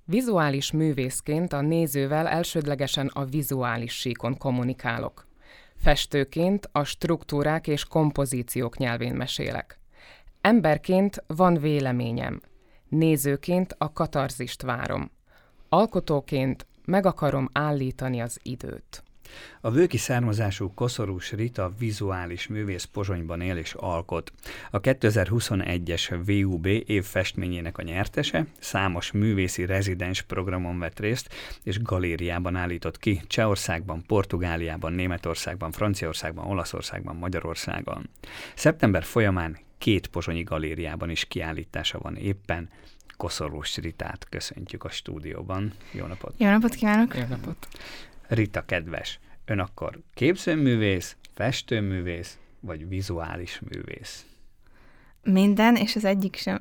Vizuális művészként a nézővel elsődlegesen a vizuális síkon kommunikálok. Festőként a struktúrák és kompozíciók nyelvén mesélek. Emberként van véleményem. Nézőként a katarzist várom. Alkotóként meg akarom állítani az időt. A vőki származású Koszorús Rita vizuális művész Pozsonyban él és alkot. A 2021-es VUB év festményének a nyertese, számos művészi rezidens programon vett részt, és galériában állított ki Csehországban, Portugáliában, Németországban, Franciaországban, Olaszországban, Magyarországon. Szeptember folyamán 2 pozsonyi galériában is kiállítása van éppen. Koszorús Ritát köszöntjük a stúdióban. Jó napot! Jó napot kívánok! Jó napot! Rita kedves, ön akkor képzőművész, festőművész, vagy vizuális művész? Minden, és az egyik sem.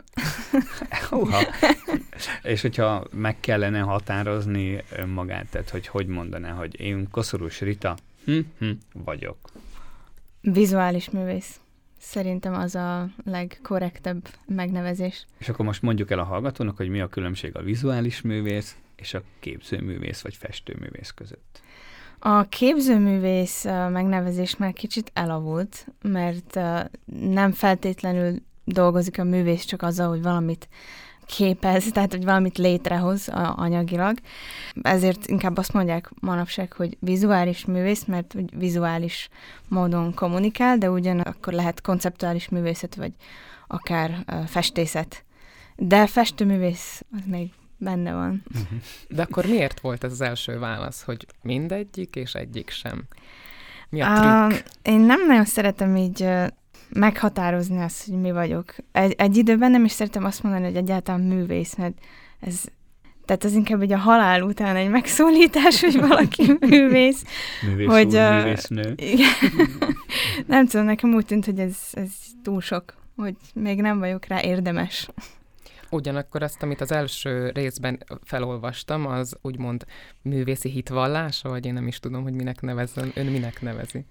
És hogyha meg kellene határozni önmagát, tehát hogy mondaná, hogy én Koszorús Rita vagyok? Vizuális művész. Szerintem az a legkorrektebb megnevezés. És akkor most mondjuk el a hallgatónak, hogy mi a különbség a vizuális művész és a képzőművész vagy festőművész között. A képzőművész megnevezés már kicsit elavult, mert nem feltétlenül dolgozik a művész csak azzal, hogy valamit képez, tehát hogy valamit létrehoz anyagilag. Ezért inkább azt mondják manapság, hogy vizuális művész, mert vizuális módon kommunikál, de ugyanakkor lehet konceptuális művészet, vagy akár festészet. De festőművész az még benne van. De akkor miért volt ez az első válasz, hogy mindegyik és egyik sem? Mi a trükk? Én nem nagyon szeretem így meghatározni azt, hogy mi vagyok. Egy időben nem is szeretem azt mondani, hogy egyáltalán művész, mert tehát az inkább egy a halál után egy megszólítás, hogy valaki művész. Művész hogy, úr, művésznő. Nem tudom, nekem úgy tűnt, hogy ez túl sok, hogy még nem vagyok rá érdemes. Ugyanakkor azt, amit az első részben felolvastam, az úgymond művészi hitvallása, vagy én nem is tudom, hogy minek nevezzem. Ön minek nevezi?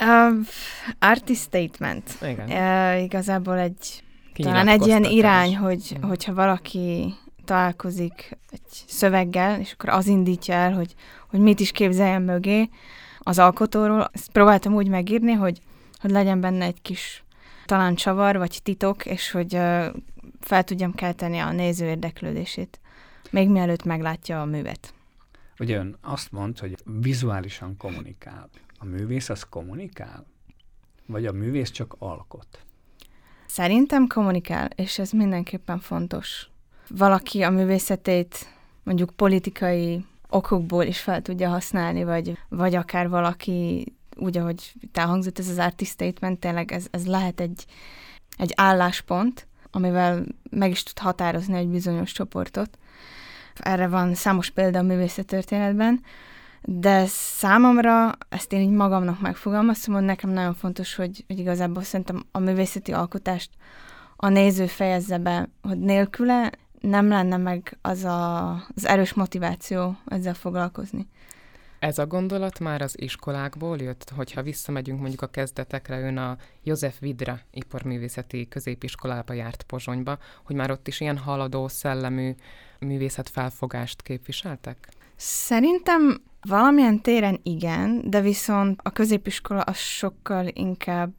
Artist statement. Igen. Igazából talán egy ilyen irány, hogyha valaki találkozik egy szöveggel, és akkor az indítja el, hogy mit is képzeljen mögé az alkotóról. Ezt próbáltam úgy megírni, hogy legyen benne egy kis talán csavar, vagy titok, és hogy fel tudjam kelteni a néző érdeklődését, még mielőtt meglátja a művet. Ugye ön azt mondta, hogy vizuálisan kommunikál. A művész az kommunikál? Vagy a művész csak alkot? Szerintem kommunikál, és ez mindenképpen fontos. Valaki a művészetét mondjuk politikai okokból is fel tudja használni, vagy akár valaki, úgy, ahogy elhangzott ez az artist statement, tényleg ez lehet egy álláspont, amivel meg is tud határozni egy bizonyos csoportot. Erre van számos példa a művészettörténetben, de számomra, ezt én így magamnak megfogalmaztam, hogy nekem nagyon fontos, hogy igazából szerintem a művészeti alkotást a néző fejezze be, hogy nélküle nem lenne meg az erős motiváció ezzel foglalkozni. Ez a gondolat már az iskolákból jött, hogyha visszamegyünk mondjuk a kezdetekre, ön a József Vidra iparművészeti középiskolába járt Pozsonyba, hogy már ott is ilyen haladó szellemű művészetfelfogást képviseltek? Szerintem valamilyen téren igen, de viszont a középiskola az sokkal inkább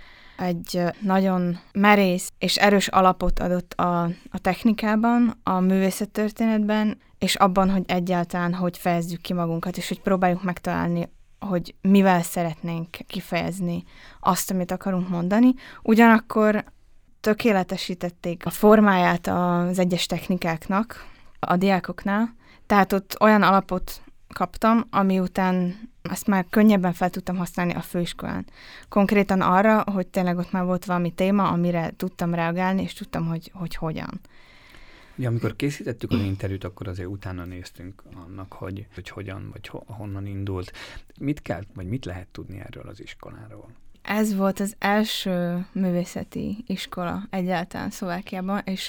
egy nagyon merész és erős alapot adott a technikában, a művészettörténetben, és abban, hogy egyáltalán hogy fejezzük ki magunkat, és hogy próbáljuk megtalálni, hogy mivel szeretnénk kifejezni azt, amit akarunk mondani. Ugyanakkor tökéletesítették a formáját az egyes technikáknak a diákoknál, tehát ott olyan alapot kaptam, ami után ezt már könnyebben fel tudtam használni a főiskolán. Konkrétan arra, hogy tényleg ott már volt valami téma, amire tudtam reagálni, és tudtam, hogy hogyan. Ja, amikor készítettük az interjút, akkor azért utána néztünk annak, hogy hogyan, vagy honnan indult. Mit kell, vagy mit lehet tudni erről az iskoláról? Ez volt az első művészeti iskola egyáltalán Szlovákiában, és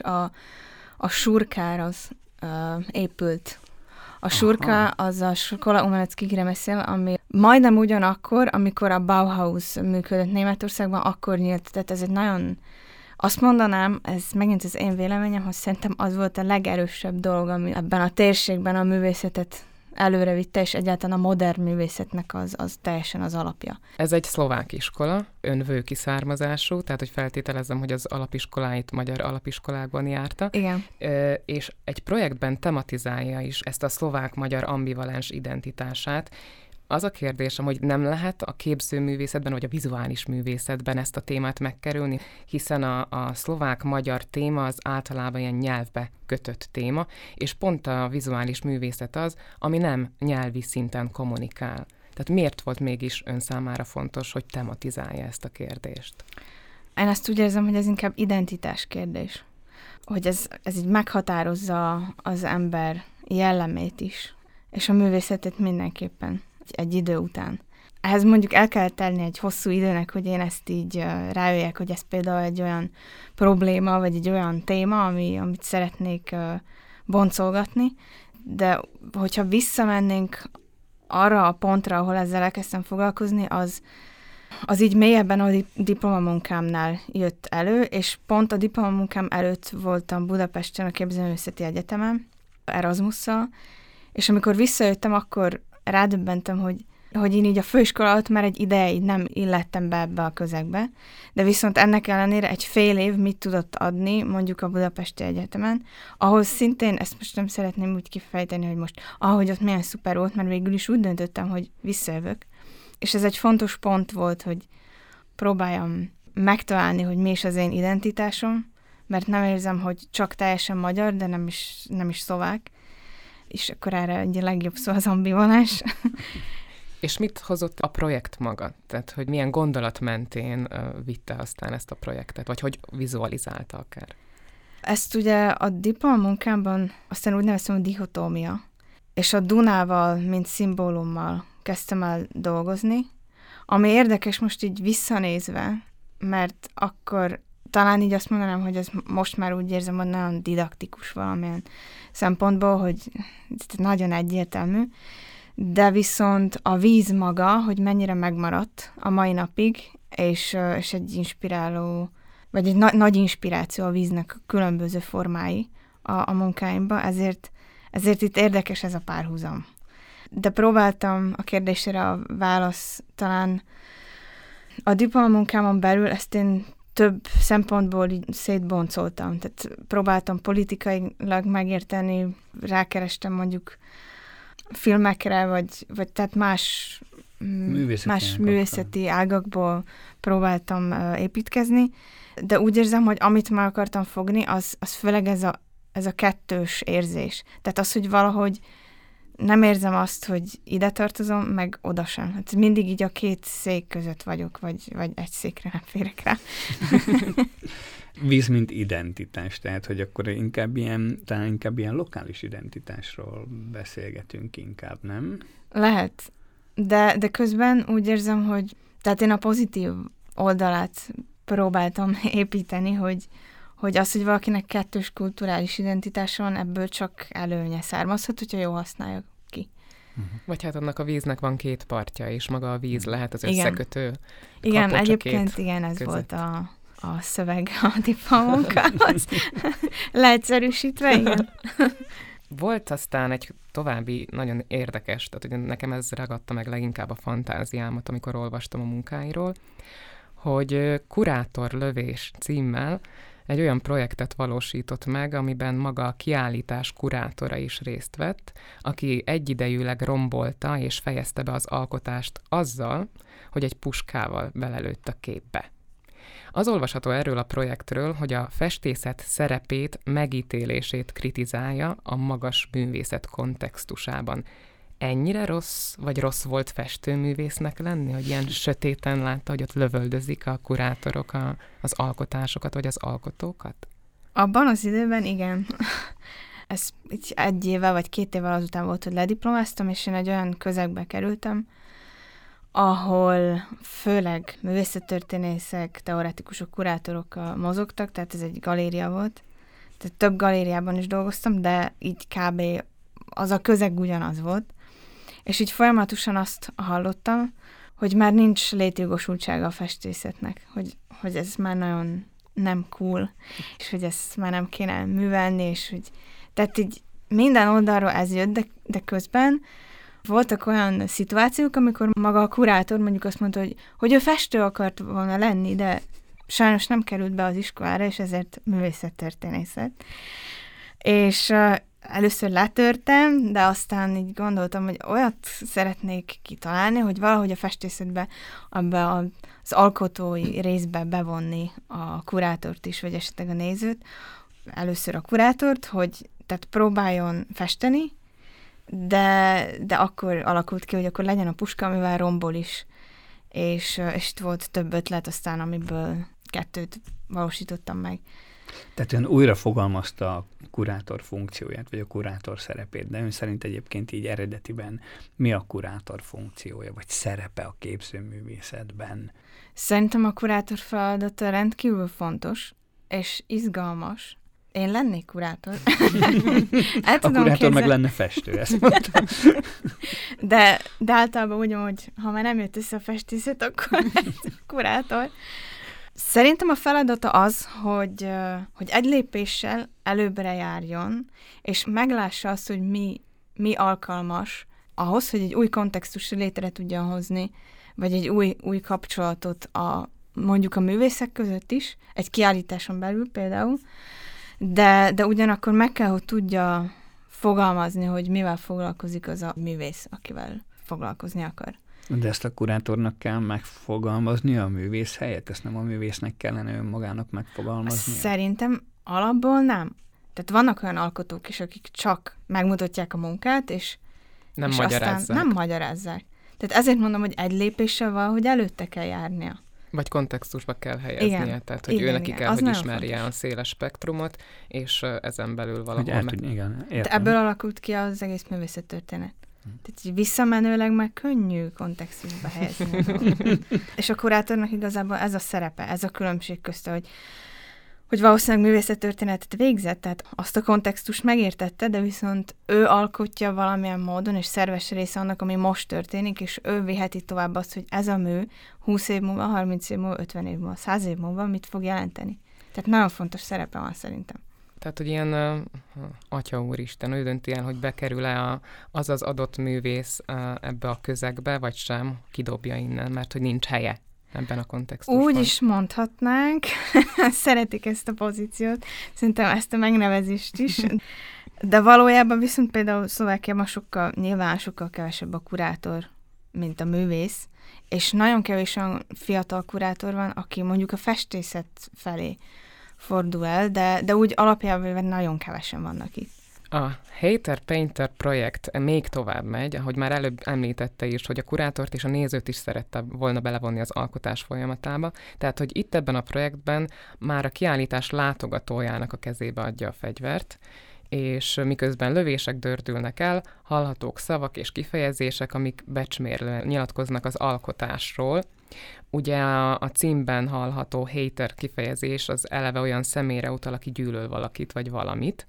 a Surkár az épült. A Surka az a Škola uměleckých řemesel, ami majdnem ugyanakkor, amikor a Bauhaus működött Németországban, akkor nyílt. Tehát ez egy nagyon Azt mondanám, ez megint az én véleményem, hogy szerintem az volt a legerősebb dolog, ami ebben a térségben a művészetet előrevitte, és egyáltalán a modern művészetnek az teljesen az alapja. Ez egy szlovák iskola, önvőki származású, tehát hogy feltételezem, hogy az alapiskoláit magyar alapiskolákban járta. Igen. És egy projektben tematizálja is ezt a szlovák-magyar ambivalens identitását. Az a kérdésem, hogy nem lehet a képzőművészetben, vagy a vizuális művészetben ezt a témát megkerülni, hiszen a szlovák-magyar téma az általában ilyen nyelvbe kötött téma, és pont a vizuális művészet az, ami nem nyelvi szinten kommunikál. Tehát miért volt mégis ön számára fontos, hogy tematizálja ezt a kérdést? Én azt úgy érzem, hogy ez inkább identitás kérdés. Hogy ez így meghatározza az ember jellemét is, és a művészetét mindenképpen egy idő után. Ehhez mondjuk el kell telni egy hosszú időnek, hogy én ezt így rájöjjek, hogy ez például egy olyan probléma, vagy egy olyan téma, amit szeretnék boncolgatni, de hogyha visszamennénk arra a pontra, ahol ezzel elkezdtem foglalkozni, az így mélyebben a diplomamunkámnál jött elő, és pont a diplomamunkám előtt voltam Budapesten a Képzőművészeti Egyetemen, Erasmusszal, és amikor visszajöttem, akkor rádöbbentem, hogy én így a főiskola alatt már egy ideje így nem illettem be ebbe a közegbe, de viszont ennek ellenére egy fél év mit tudott adni mondjuk a Budapesti Egyetemen, ahol szintén, ezt most nem szeretném úgy kifejteni, hogy most ahogy ott milyen szuper volt, mert végül is úgy döntöttem, hogy visszajövök. És ez egy fontos pont volt, hogy próbáljam megtalálni, hogy mi is az én identitásom, mert nem érzem, hogy csak teljesen magyar, de nem is szlovák, és akkor erre egy legjobb szó az ambivalens. És mit hozott a projekt maga? Tehát, hogy milyen gondolat mentén vitte aztán ezt a projektet, vagy hogy vizualizálta akár? Ezt ugye a diplomamunkámban aztán úgy neveztem, hogy dihotómia, és a Dunával, mint szimbólummal kezdtem el dolgozni, ami érdekes most így visszanézve, mert akkor talán így azt mondanám, hogy ez most már úgy érzem, hogy nagyon didaktikus valamilyen szempontból, hogy nagyon egyértelmű, de viszont a víz maga, hogy mennyire megmaradt a mai napig, és egy inspiráló, vagy egy nagy inspiráció a víznek a különböző formái a munkáimban, ezért itt érdekes ez a párhuzam. De próbáltam a kérdésére a válasz, talán a diplomamunkámon belül ezt én több szempontból így szétboncoltam. Tehát próbáltam politikailag megérteni, rákerestem mondjuk filmekre, vagy tehát más művészeti ágakból próbáltam építkezni, de úgy érzem, hogy amit meg akartam fogni, az főleg ez a kettős érzés. Tehát az, hogy valahogy nem érzem azt, hogy ide tartozom, meg oda sem. Hát mindig így a két szék között vagyok, vagy egy székre nem férek rá. Víz, mint identitás, tehát, hogy akkor talán inkább ilyen lokális identitásról beszélgetünk inkább, nem? Lehet, de közben úgy érzem, hogy tehát én a pozitív oldalát próbáltam építeni, hogy az, hogy valakinek kettős kulturális identitása van, ebből csak előnye származhat, hogyha jól használja ki. Vagy hát annak a víznek van két partja, és maga a víz lehet az összekötő. Igen, egyébként igen, ez között volt a szöveg a diplomunkához. Leegyszerűsítve, igen. Volt aztán egy további nagyon érdekes, tehát ugye nekem ez ragadta meg leginkább a fantáziámat, amikor olvastam a munkáiról, hogy Kurátorlövés címmel egy olyan projektet valósított meg, amiben maga a kiállítás kurátora is részt vett, aki egyidejűleg rombolta és fejezte be az alkotást azzal, hogy egy puskával belelőtt a képbe. Az olvasható erről a projektről, hogy a festészet szerepét, megítélését kritizálja a magas művészet kontextusában. Ennyire rossz volt festőművésznek lenni, hogy ilyen sötéten látta, hogy ott lövöldözik a kurátorok az alkotásokat, vagy az alkotókat? Abban az időben igen. Ez így 1 évvel vagy 2 évvel azután volt, hogy lediplomáztam, és én egy olyan közegbe kerültem, ahol főleg művészettörténészek, teoretikusok, kurátorok mozogtak, tehát ez egy galéria volt. Tehát több galériában is dolgoztam, de így kb. Az a közeg ugyanaz volt. És így folyamatosan azt hallottam, hogy már nincs létjogosultsága a festészetnek, hogy ez már nagyon nem cool, és hogy ezt már nem kéne művelni, és hogy tehát így minden oldalról ez jött, de közben voltak olyan szituációk, amikor maga a kurátor mondjuk azt mondta, hogy ő festő akart volna lenni, de sajnos nem került be az iskolára, és ezért művészettörténész lett. És először letörtem, de aztán így gondoltam, hogy olyat szeretnék kitalálni, hogy valahogy a festészetbe, abba az alkotói részbe bevonni a kurátort is, vagy esetleg a nézőt. Először a kurátort, hogy tehát próbáljon festeni, de akkor alakult ki, hogy akkor legyen a puska, amivel rombol is. És itt volt több ötlet aztán, amiből 2 valósítottam meg. Tehát ön újra fogalmazta a kurátor funkcióját, vagy a kurátor szerepét, de ön szerint egyébként így eredetiben mi a kurátor funkciója, vagy szerepe a képzőművészetben? Szerintem a kurátor feladata rendkívül fontos, és izgalmas. Én lennék kurátor. A kurátor meg lenne festő, ezt mondtam. De általában úgy, hogy ha már nem jött össze a festészet, akkor kurátor. Szerintem a feladata az, hogy egy lépéssel előbbre járjon, és meglássa azt, hogy mi alkalmas ahhoz, hogy egy új kontextus létre tudjon hozni, vagy egy új kapcsolatot mondjuk a művészek között is, egy kiállításon belül például, de ugyanakkor meg kell, hogy tudja fogalmazni, hogy mivel foglalkozik az a művész, akivel foglalkozni akar. De ezt a kurátornak kell megfogalmazni a művész helyett? Ezt nem a művésznek kellene önmagának megfogalmazni? Szerintem alapból nem. Tehát vannak olyan alkotók is, akik csak megmutatják a munkát, és aztán nem magyarázzák. Tehát ezért mondom, hogy egy lépéssel valahogy előtte kell járnia. Vagy kontextusba kell helyeznie, igen, tehát hogy ő neki kell, hogy ismerje a széles spektrumot, és ezen belül valahol De ebből alakult ki az egész művészettörténet. Tehát így visszamenőleg meg könnyű kontextusba helyezni. És a kurátornak igazából ez a szerepe, ez a különbség közte, hogy valószínűleg művészettörténetet végzett, tehát azt a kontextust megértette, de viszont ő alkotja valamilyen módon, és szerves része annak, ami most történik, és ő viheti tovább azt, hogy ez a mű 20 év múlva, 30 év múlva, 50 év múlva, 100 év múlva mit fog jelenteni. Tehát nagyon fontos szerepe van szerintem. Tehát, hogy ilyen Atya Úristen, ő dönti el, hogy bekerül-e az adott művész ebbe a közegbe, vagy sem, kidobja innen, mert hogy nincs helye ebben a kontextusban. Úgy is mondhatnánk, szeretik ezt a pozíciót, szerintem ezt a megnevezést is, de valójában viszont például Szlovákiában nyilván sokkal kevesebb a kurátor, mint a művész, és nagyon kevés olyan fiatal kurátor van, aki mondjuk a festészet felé fordul el, de úgy alapjában nagyon kevesen vannak itt. A Hater Painter projekt még tovább megy, ahogy már előbb említette is, hogy a kurátort és a nézőt is szerette volna belevonni az alkotás folyamatába, tehát hogy itt ebben a projektben már a kiállítás látogatójának a kezébe adja a fegyvert, és miközben lövések dördülnek el, hallhatók szavak és kifejezések, amik becsmérlően nyilatkoznak az alkotásról. Ugye a címben hallható hater kifejezés az eleve olyan személyre utal, aki gyűlöl valakit vagy valamit,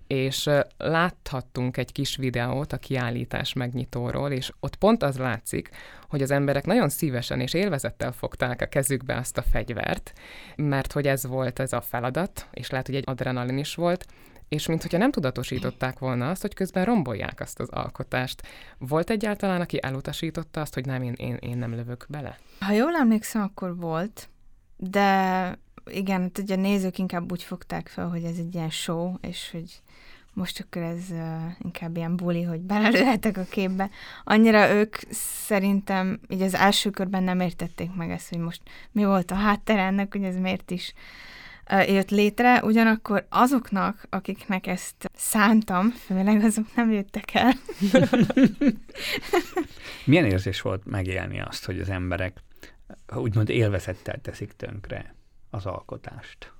és láthattunk egy kis videót a kiállítás megnyitóról, és ott pont az látszik, hogy az emberek nagyon szívesen és élvezettel fogták a kezükbe azt a fegyvert, mert hogy ez volt ez a feladat, és lehet, hogy egy adrenalin is volt, és minthogyha nem tudatosították volna azt, hogy közben rombolják azt az alkotást. Volt egyáltalán, aki elutasította azt, hogy nem, én nem lövök bele? Ha jól emlékszem, akkor volt, de igen, hát ugye a nézők inkább úgy fogták fel, hogy ez egy ilyen show, és hogy most akkor ez inkább ilyen buli, hogy belelőhetek a képbe. Annyira ők szerintem így az első körben nem értették meg ezt, hogy most mi volt a háttere ennek, hogy ez miért is jött létre, ugyanakkor azoknak, akiknek ezt szántam, főleg azok nem jöttek el. Milyen érzés volt megélni azt, hogy az emberek úgymond élvezettel teszik tönkre az alkotást?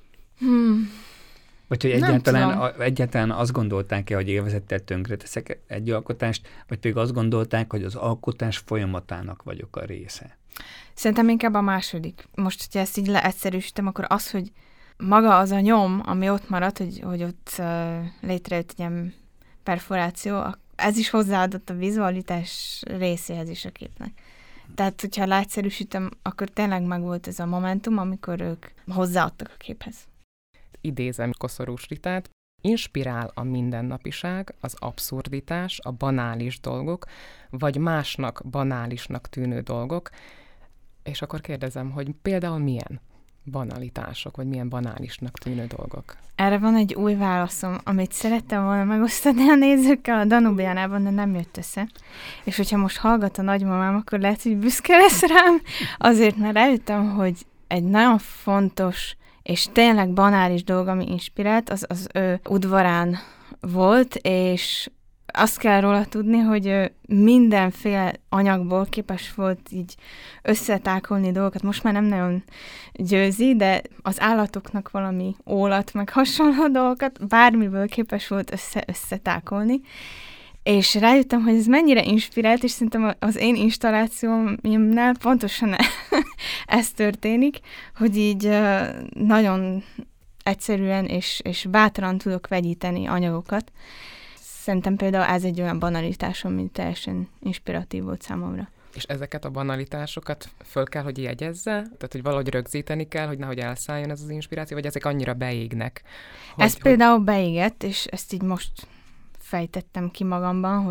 Vagy hogy egyáltalán azt gondolták-e, hogy élvezettel tönkre teszek egy alkotást, vagy pedig azt gondolták, hogy az alkotás folyamatának vagyok a része? Szerintem inkább a második. Most, hogyha ezt így leegyszerűsítem, akkor az, hogy maga az a nyom, ami ott maradt, hogy ott létrejött egy ilyen perforáció, ez is hozzáadott a vizualitás részéhez is a képnek. Tehát, hogyha leegyszerűsítem, akkor tényleg megvolt ez a momentum, amikor ők hozzáadtak a képhez. Idézem Koszorús Ritát: inspirál a mindennapiság, az abszurditás, a banális dolgok, vagy másnak banálisnak tűnő dolgok, és akkor kérdezem, hogy például milyen banalitások, vagy milyen banálisnak tűnő dolgok? Erre van egy új válaszom, amit szerettem volna megosztani a nézőkkel a Danubiánában, de nem jött össze. És hogyha most hallgat a nagymamám, akkor lehet, hogy büszke lesz rám, azért, mert rájöttem, hogy egy nagyon fontos és tényleg banális dolog, ami inspirált, az ő udvarán volt, és azt kell róla tudni, hogy ő mindenféle anyagból képes volt így összetákolni dolgokat. Most már nem nagyon győzi, de az állatoknak valami ólat, meg hasonló dolgokat bármiből képes volt összetákolni. És rájöttem, hogy ez mennyire inspirált, és szerintem az én installációmnál pontosan ez történik, hogy így nagyon egyszerűen és bátran tudok vegyíteni anyagokat. Szerintem például ez egy olyan banalitásom, mint teljesen inspiratív volt számomra. És ezeket a banalitásokat föl kell, hogy jegyezze? Tehát, hogy valahogy rögzíteni kell, hogy nehogy elszálljon ez az inspiráció, vagy ezek annyira beégnek? Ez például beégett, és ezt így most fejtettem ki magamban,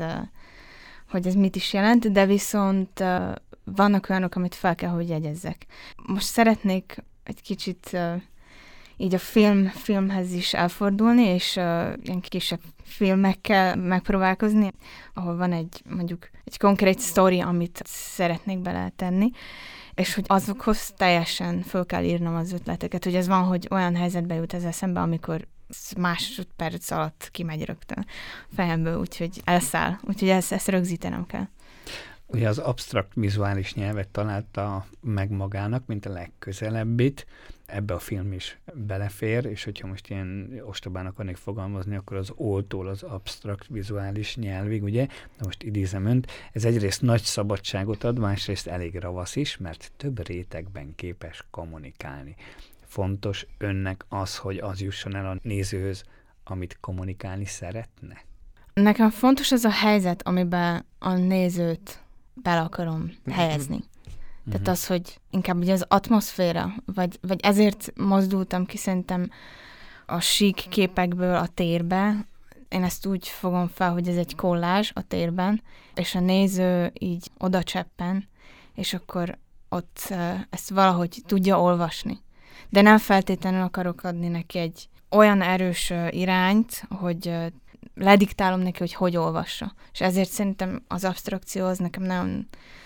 hogy ez mit is jelent, de viszont vannak olyanok, amit fel kell, hogy jegyezzek. Most szeretnék egy kicsit így a filmhez is elfordulni, és ilyen kisebb filmekkel megpróbálkozni, ahol van mondjuk egy konkrét sztori, amit szeretnék beletenni, és hogy azokhoz teljesen föl kell írnom az ötleteket, hogy ez van, hogy olyan helyzetbe jut ez eszembe, amikor másodperc alatt kimegy rögtön a fejemből, úgyhogy elszáll, úgyhogy ezt rögzítenem kell. Ugye az absztrakt vizuális nyelvet találta meg magának, mint a legközelebbit. Ebbe a film is belefér, és hogyha most ilyen ostobán akarnék fogalmazni, akkor az Ó-tól az absztrakt vizuális nyelvig, ugye? Na most idézem önt, ez egyrészt nagy szabadságot ad, másrészt elég ravasz is, mert több rétegben képes kommunikálni. Fontos önnek az, hogy az jusson el a nézőhöz, amit kommunikálni szeretne? Nekem fontos az a helyzet, amiben a nézőt bele akarom helyezni. Tehát az, hogy inkább ugye az atmoszféra, vagy ezért mozdultam ki szerintem a sík képekből a térbe. Én ezt úgy fogom fel, hogy ez egy kollázs a térben, és a néző így oda cseppen, és akkor ott ezt valahogy tudja olvasni. De nem feltétlenül akarok adni neki egy olyan erős irányt, hogy lediktálom neki, hogy olvassa. És ezért szerintem az absztrakció az nekem nagyon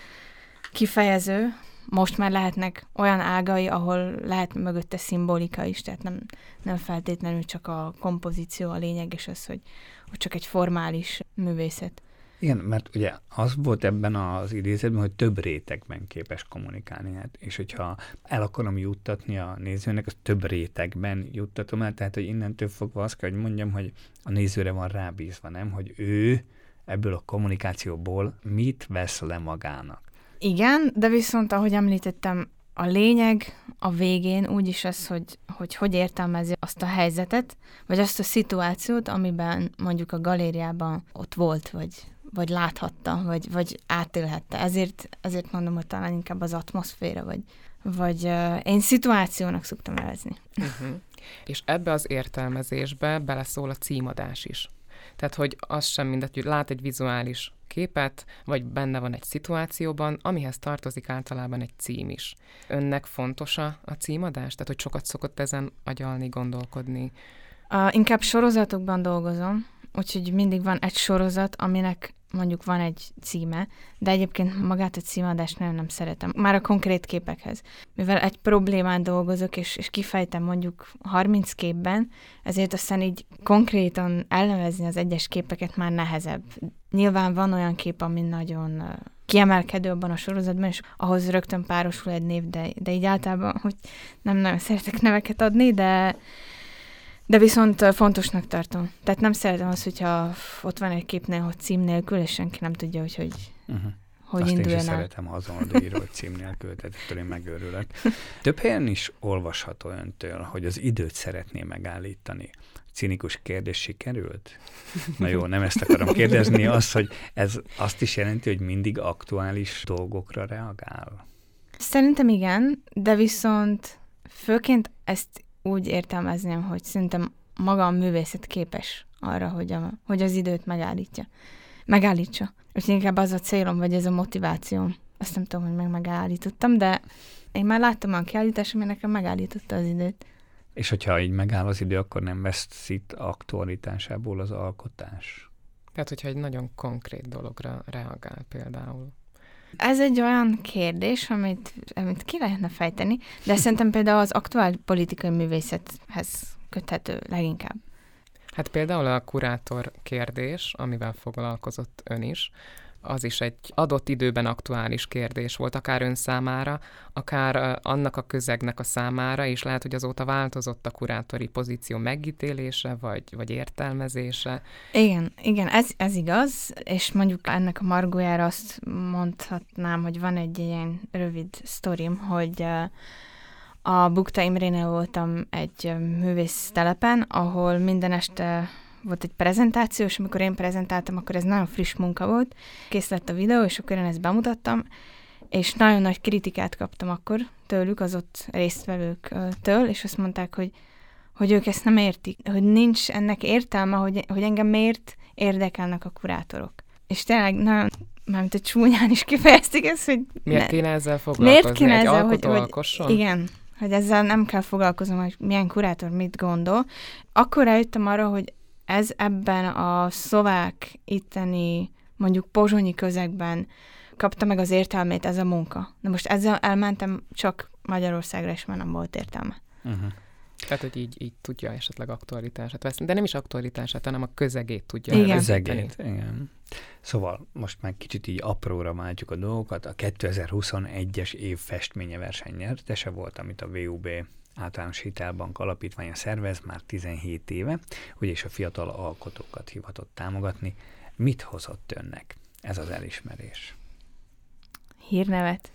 kifejező. Most már lehetnek olyan ágai, ahol lehet mögötte szimbolika is, tehát nem feltétlenül csak a kompozíció a lényeg, és az, hogy csak egy formális művészet. Igen, mert ugye az volt ebben az idézetben, hogy több rétegben képes kommunikálni. Hát, és hogyha el akarom juttatni a nézőnek, az több rétegben juttatom el, tehát hogy innentől fogva azt kell, hogy mondjam, hogy a nézőre van rábízva, nem? Hogy ő ebből a kommunikációból mit vesz le magának. Igen, de viszont, ahogy említettem, a lényeg a végén úgyis az, hogy értelmezi azt a helyzetet, vagy azt a szituációt, amiben mondjuk a galériában ott volt, vagy láthatta, vagy átélhette. Ezért mondom, hogy talán inkább az atmoszféra, vagy én szituációnak szoktam nevezni. És ebbe az értelmezésbe beleszól a címadás is. Tehát, hogy az sem mindegy, hogy lát egy vizuális képet, vagy benne van egy szituációban, amihez tartozik általában egy cím is. Önnek fontos a címadás? Tehát, hogy sokat szokott ezen agyalni, gondolkodni? Inkább sorozatokban dolgozom, úgyhogy mindig van egy sorozat, aminek mondjuk van egy címe, de egyébként magát a címadást nagyon nem szeretem. Már a konkrét képekhez. Mivel egy problémán dolgozok, és kifejtem mondjuk 30 képben, ezért aztán így konkrétan elnevezni az egyes képeket már nehezebb. Nyilván van olyan kép, ami nagyon kiemelkedő abban a sorozatban, és ahhoz rögtön párosul egy név, de így általában, hogy nem nagyon szeretek neveket adni, de viszont fontosnak tartom. Tehát nem szeretem azt, hogyha ott van egy képnél, hogy cím nélkül, és senki nem tudja, hogy hogy induljon el. Azt én is szeretem, ha az oldalírót cím nélkül, tehát ettől én megőrülök. Több helyen is olvasható öntől, hogy az időt szeretné megállítani. Cinikus kérdés sikerült? Na jó, nem ezt akarom kérdezni, hogy ez azt is jelenti, hogy mindig aktuális dolgokra reagál? Szerintem igen, de viszont főként ezt úgy értelmezném, hogy szerintem maga a művészet képes arra, hogy az időt megállítsa. Úgyhogy inkább az a célom, vagy ez a motivációm. Azt nem tudom, hogy megállítottam, de én már láttam a kiállítás, ami nekem megállította az időt. És hogyha így megáll az idő, akkor nem veszít aktualitásából az alkotás? Tehát, hogyha egy nagyon konkrét dologra reagál például. Ez egy olyan kérdés, amit ki lehetne fejteni, de szerintem például az aktuál politikai művészethez köthető leginkább. Hát például a kurátor kérdés, amivel foglalkozott ön is, az is egy adott időben aktuális kérdés volt, akár ön számára, akár annak a közegnek a számára, és lehet, hogy azóta változott a kurátori pozíció megítélése, vagy értelmezése. Igen, ez igaz, és mondjuk ennek a margójára azt mondhatnám, hogy van egy ilyen rövid sztorim, hogy a Bukta Imrénél voltam egy művésztelepen, ahol minden este volt egy prezentáció, és amikor én prezentáltam, akkor ez nagyon friss munka volt. Kész lett a videó, és akkor én ezt bemutattam, és nagyon nagy kritikát kaptam akkor tőlük, az ott résztvevőktől, és azt mondták, hogy ők ezt nem értik, hogy nincs ennek értelme, hogy engem miért érdekelnek a kurátorok. És tényleg nagyon, mármint a csúnyán is kifejezték ezt, hogy... Miért kéne ezzel foglalkozni? Miért kéne egy ezzel, alkotó alkosson? Igen, hogy ezzel nem kell foglalkoznom, hogy milyen kurátor mit gondol. Akkor rájöttem arra, hogy ez ebben a szlovák itteni, mondjuk pozsonyi közegben kapta meg az értelmét ez a munka. De most ezzel elmentem csak Magyarországra, és már nem volt értelme. Uh-huh. Tehát, hogy így tudja esetleg aktualitását veszni, de nem is aktualitását, hanem a közegét tudja. Igen. Közegét, igen. Szóval most már kicsit így apróra váltjuk a dolgokat. A 2021-es év festménye verseny nyertese volt, amit a VUB Általános Hitelbank Alapítványa szervez már 17 éve, ugyanis a fiatal alkotókat hivatott támogatni. Mit hozott önnek ez az elismerés? Hírnevet.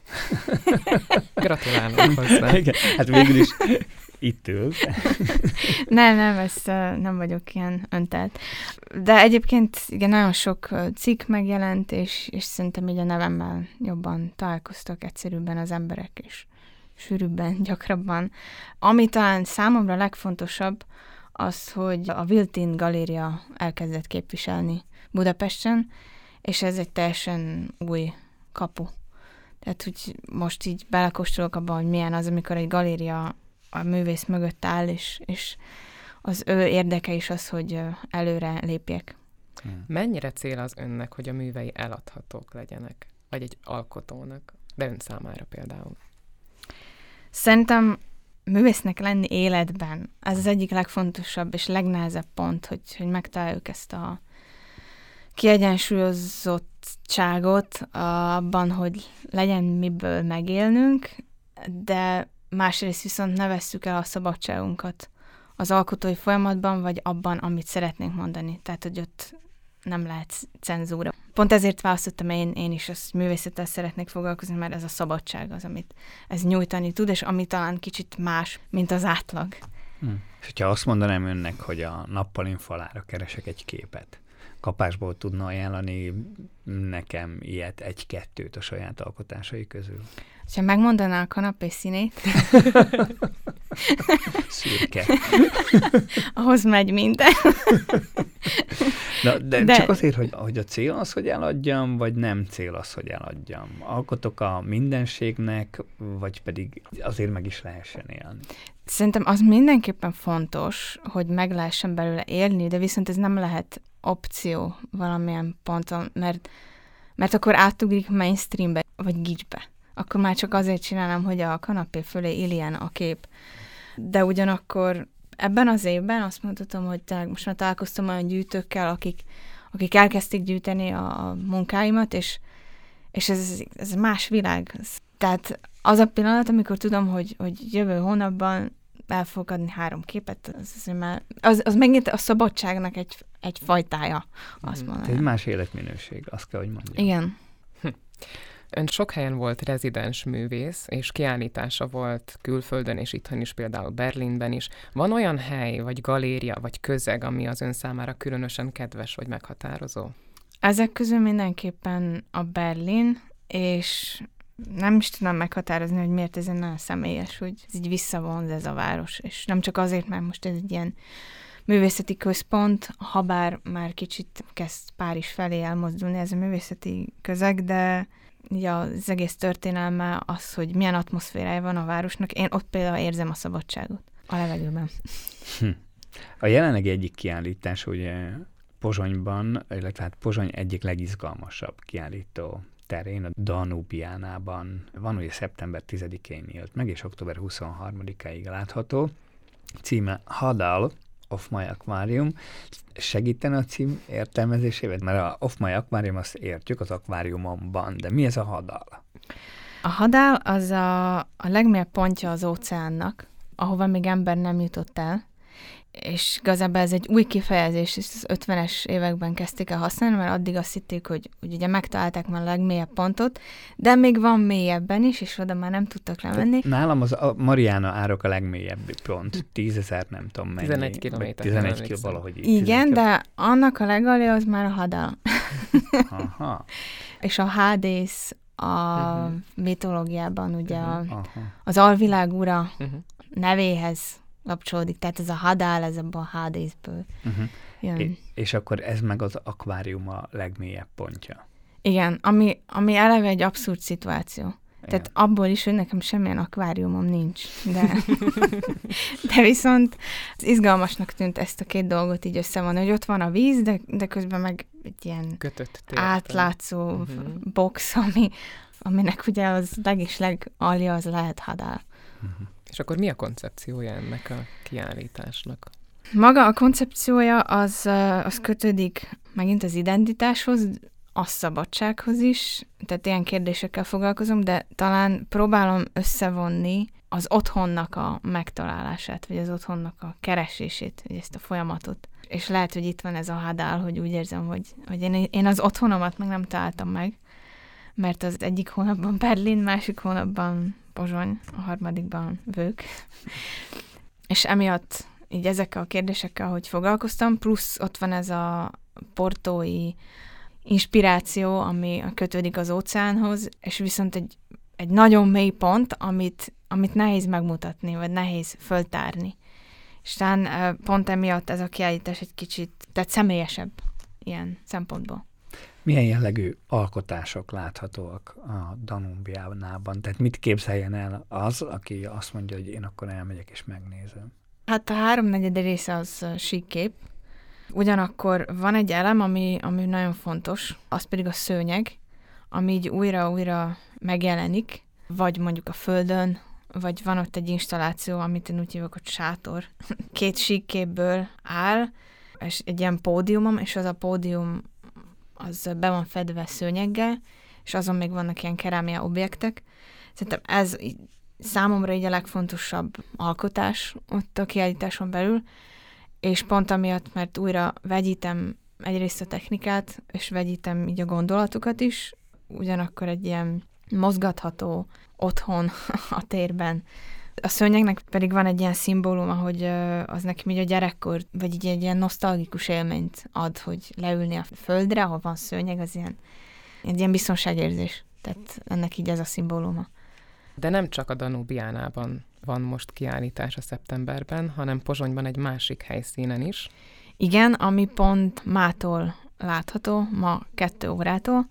Gratulálok hozzá. Igen, hát végül is itt ül. Nem, ezt nem vagyok ilyen öntelt. De egyébként igen, nagyon sok cikk megjelent, és szerintem így a nevemmel jobban találkoztak egyszerűbben az emberek, és sűrűbben, gyakrabban. Ami talán számomra legfontosabb, az, hogy a Wiltin Galéria elkezdett képviselni Budapesten, és ez egy teljesen új kapu. Tehát, hogy most így belekóstolok abban, hogy milyen az, amikor egy galéria a művész mögött áll, és az ő érdeke is az, hogy előre lépjek. Mennyire cél az önnek, hogy a művei eladhatók legyenek? Vagy egy alkotónak? De ön számára például. Szerintem művésznek lenni életben, ez az egyik legfontosabb és legnehezebb pont, hogy megtaláljuk ezt a kiegyensúlyozottságot abban, hogy legyen miből megélnünk, de másrészt viszont ne vesszük el a szabadságunkat az alkotói folyamatban, vagy abban, amit szeretnénk mondani. Tehát, hogy ott nem lehet cenzúra. Pont ezért választottam én is, hogy művészettel szeretnék foglalkozni, mert ez a szabadság az, amit ez nyújtani tud, és ami talán kicsit más, mint az átlag. És hogyha azt mondanám önnek, hogy a nappalin falára keresek egy képet, kapásból tudna ajánlani nekem ilyet, egy-kettőt a saját alkotásai közül? Ha megmondaná a kanapé színét, szürke. Ahhoz megy minden. De csak azért, hogy a cél az, hogy eladjam, vagy nem cél az, hogy eladjam? Alkotok a mindenségnek, vagy pedig azért meg is lehessen élni? Szerintem az mindenképpen fontos, hogy meg lehessen belőle élni, de viszont ez nem lehet opció valamilyen ponton, mert akkor átugrik mainstreambe, vagy gicsbe. Akkor már csak azért csinálom, hogy a kanapé fölé illjen a kép. De ugyanakkor ebben az évben azt mondhatom, hogy tényleg most már találkoztam olyan gyűjtőkkel, akik elkezdték gyűjteni a munkáimat, és ez más világ. Tehát az a pillanat, amikor tudom, hogy jövő hónapban el fogok adni 3 képet, az megint a szabadságnak egy fajtája, azt mondanám. Ez egy más életminőség, azt kell, hogy mondjam. Igen. Ön sok helyen volt rezidens művész, és kiállítása volt külföldön, és itthon is, például Berlinben is. Van olyan hely, vagy galéria, vagy közeg, ami az ön számára különösen kedves, vagy meghatározó? Ezek közül mindenképpen a Berlin, és nem is tudom meghatározni, hogy miért ez egy nagyon személyes, hogy ez így visszavonz ez a város. És nem csak azért, mert most ez egy ilyen művészeti központ, habár már kicsit kezd Párizs felé elmozdulni ez a művészeti közeg, de így az egész történelme az, hogy milyen atmoszférája van a városnak. Én ott például érzem a szabadságot a levegőben. A jelenlegi egyik kiállítás ugye Pozsonyban, illetve hát Pozsony egyik legizgalmasabb kiállító terén, a Danubiánában van, ugye szeptember 10-én nyílt meg, és október 23-áig látható. Címe Hadal of my Aquarium. Segítene a cím értelmezésével? Mert a of my Aquarium azt értjük, az akváriumomban, de mi ez a Hadal? A Hadal az a legmélyebb pontja az óceánnak, ahova még ember nem jutott el, és igazából ez egy új kifejezés, és az 50-es években kezdték el használni, mert addig azt hitték, hogy ugye megtalálták már a legmélyebb pontot, de még van mélyebben is, és oda már nem tudtak lemenni. Nálam az a Mariana árok a legmélyebb pont, 10.000 nem tudom mennyi. 11 kilométer. 11 km valahogy így. Igen, de annak a legalja az már a Hadal. Aha. És a Hádész a mitológiában ugye az alvilág ura nevéhez kapcsolódik, tehát ez a Hadal, ez abban a Hádészből jön. És akkor ez meg az akvárium a legmélyebb pontja. Igen, ami eleve egy abszurd szituáció. Igen. Tehát abból is, hogy nekem semmilyen akváriumom nincs. De viszont izgalmasnak tűnt ezt a két dolgot így összevonni, hogy ott van a víz, de közben meg egy ilyen átlátszó box, aminek ugye az legalja az lehet Hadal. És akkor mi a koncepciója ennek a kiállításnak? Maga a koncepciója az kötődik megint az identitáshoz, a szabadsághoz is, tehát ilyen kérdésekkel foglalkozom, de talán próbálom összevonni az otthonnak a megtalálását, vagy az otthonnak a keresését, vagy ezt a folyamatot. És lehet, hogy itt van ez a Hadal, hogy úgy érzem, hogy én az otthonomat meg nem találtam meg, mert az egyik hónapban Berlin, másik hónapban Pozsony, a harmadikban Vők. És emiatt így ezekkel a kérdésekkel, hogy foglalkoztam, plusz ott van ez a portói inspiráció, ami kötődik az óceánhoz, és viszont egy nagyon mély pont, amit nehéz megmutatni, vagy nehéz föltárni. És talán pont emiatt ez a kiállítás egy kicsit, tehát személyesebb ilyen szempontból. Milyen jellegű alkotások láthatóak a Danubiánában? Tehát mit képzeljen el az, aki azt mondja, hogy én akkor elmegyek és megnézem? Hát a 3/4 része az síkkép. Ugyanakkor van egy elem, ami nagyon fontos, az pedig a szőnyeg, ami így újra-újra megjelenik, vagy mondjuk a földön, vagy van ott egy installáció, amit én úgy hívok, hogy sátor. 2 síkképből áll, és egy ilyen pódiumom, és az a pódium az be van fedve szőnyeggel, és azon még vannak ilyen kerámia objektek. Szerintem ez számomra így a legfontosabb alkotás ott a kiállításon belül, és pont amiatt, mert újra vegyítem egyrészt a technikát, és vegyítem így a gondolatokat is, ugyanakkor egy ilyen mozgatható otthon a térben. A szőnyegnek pedig van egy ilyen szimbóluma, hogy az nekem így a gyerekkor, vagy így egy ilyen nosztalgikus élményt ad, hogy leülni a földre, ahol van szőnyeg, az egy ilyen biztonságérzés. Tehát ennek így ez a szimbóluma. De nem csak a Danubiánában van most kiállítás a szeptemberben, hanem Pozsonyban egy másik helyszínen is. Igen, ami pont mától látható, ma 2 órától.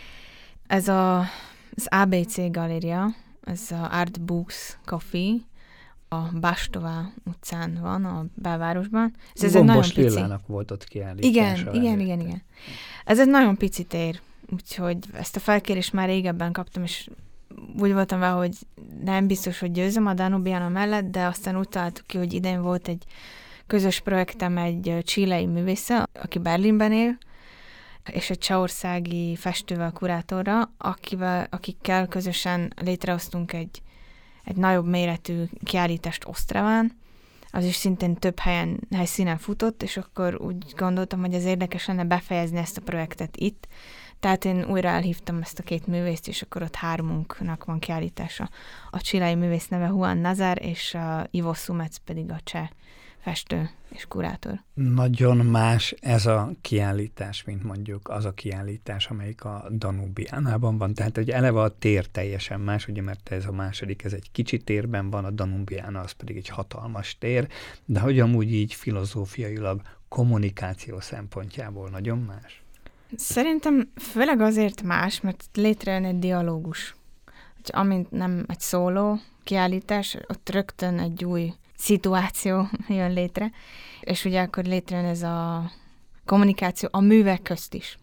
Ez az ABC galéria, ez a Art Books Coffee, a Bastová utcán van, a belvárosban. Ez egy nagyon pici. Lillának volt ott kiállítása. Igen. Ez egy nagyon pici tér, úgyhogy ezt a felkérést már régebben kaptam, és úgy voltam vele, hogy nem biztos, hogy győzöm a Danubiana mellett, de aztán úgy találtuk ki, hogy idén volt egy közös projektem egy chilei művésszel, aki Berlinben él, és egy csehországi festővel, kurátorra, akikkel közösen létrehoztunk egy nagyobb méretű kiállítást Ostraván, az is szintén több helyszínen futott, és akkor úgy gondoltam, hogy ez érdekes lenne befejezni ezt a projektet itt. Tehát én újra elhívtam ezt a 2 művészt, és akkor ott 3-unknak van kiállítása. A chilei művész neve Juan Nazar, és a Ivo Sumec pedig a cseh festő és kurátor. Nagyon más ez a kiállítás, mint mondjuk az a kiállítás, amelyik a Danubiánában van. Tehát egy eleve a tér teljesen más, ugye, mert ez a második, ez egy kicsi térben van, a Danubiána az pedig egy hatalmas tér, de hogy amúgy így filozófiailag, kommunikáció szempontjából nagyon más? Szerintem főleg azért más, mert létrejön egy dialógus. Amint nem egy szóló kiállítás, ott rögtön egy új szituáció jön létre, és ugye akkor létrejön ez a kommunikáció a művek közt is.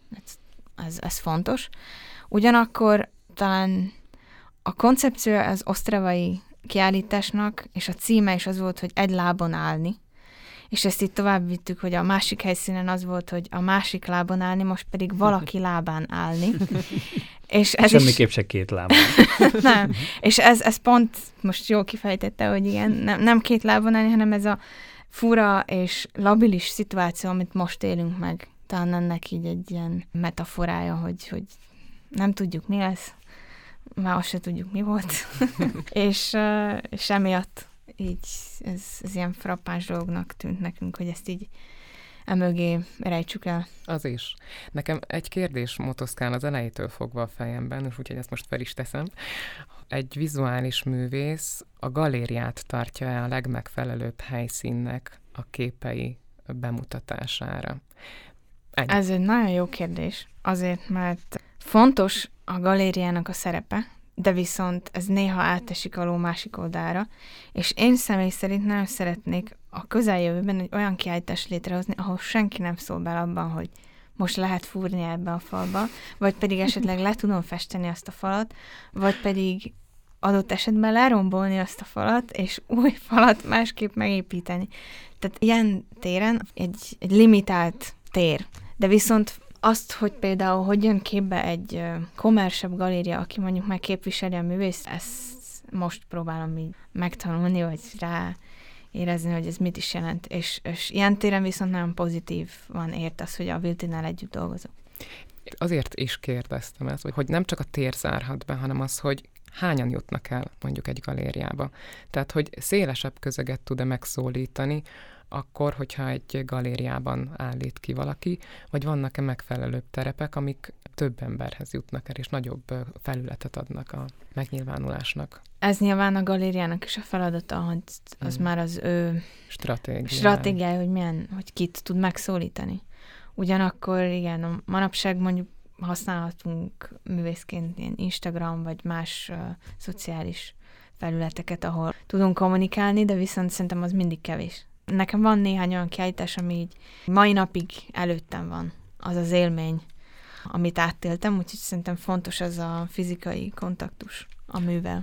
Ez fontos. Ugyanakkor talán a koncepciója az osztravai kiállításnak, és a címe is az volt, hogy egy lábon állni, és ezt itt tovább vittük, hogy a másik helyszínen az volt, hogy a másik lábon állni, most pedig valaki lábán állni. És ez semmiképp se 2 lábon. Nem, és ez pont most jól kifejtette, hogy igen, nem 2 lábon állni, hanem ez a fura és labilis szituáció, amit most élünk meg. Talán ennek így egy ilyen metaforája, hogy nem tudjuk, mi lesz, már azt se tudjuk, mi volt. és emiatt így ez ilyen frappáns dolognak tűnt nekünk, hogy ezt így emögé rejtsük el. Az is. Nekem egy kérdés motoszkál az elejétől fogva a fejemben, és úgyhogy ezt most fel is teszem. Egy vizuális művész a galériát tartja-e a legmegfelelőbb helyszínnek a képei bemutatására? Ennyi. Ez egy nagyon jó kérdés, azért, mert fontos a galériának a szerepe, de viszont ez néha átesik a ló másik oldalra, és én személy szerint nagyon szeretnék a közeljövőben egy olyan kiállítást létrehozni, ahol senki nem szól bele abban, hogy most lehet fúrni ebbe a falba, vagy pedig esetleg le tudom festeni azt a falat, vagy pedig adott esetben lerombolni azt a falat, és új falat másképp megépíteni. Tehát ilyen téren egy limitált tér, de viszont azt, hogy például hogy jön képbe egy kommersebb galéria, aki mondjuk már képviseli a művészt, ezt most próbálom így megtanulni, vagy rá érezni, hogy ez mit is jelent. És ilyen téren viszont nagyon pozitív van ért az, hogy a Viltinnel együtt dolgozok. Azért is kérdeztem ezt, hogy nem csak a tér zárhat be, hanem az, hogy hányan jutnak el mondjuk egy galériába. Tehát, hogy szélesebb közeget tud-e megszólítani, akkor, hogyha egy galériában állít ki valaki, vagy vannak-e megfelelőbb terepek, amik több emberhez jutnak el, és nagyobb felületet adnak a megnyilvánulásnak. Ez nyilván a galériának is a feladata, hogy az már az ő stratégiája, hogy kit tud megszólítani. Ugyanakkor igen, a manapság mondjuk használhatunk művészként ilyen Instagram, vagy más szociális felületeket, ahol tudunk kommunikálni, de viszont szerintem az mindig kevés. Nekem van néhány olyan kiállítás, ami így mai napig előttem van. Az az élmény, amit átéltem, úgyhogy szerintem fontos ez a fizikai kontaktus a művel.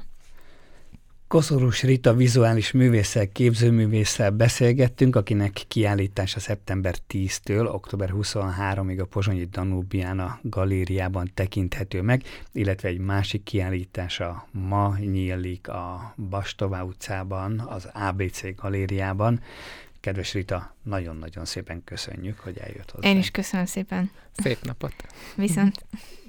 Koszorús Rita vizuális művésszel, képzőművésszel beszélgettünk, akinek kiállítása szeptember 10-től október 23-ig a pozsonyi Danubiana galériában tekinthető meg, illetve egy másik kiállítása ma nyílik a Bastová utcában, az ABC galériában. Kedves Rita, nagyon-nagyon szépen köszönjük, hogy eljött hozzánk. Én is köszönöm szépen. Szép napot! Viszont!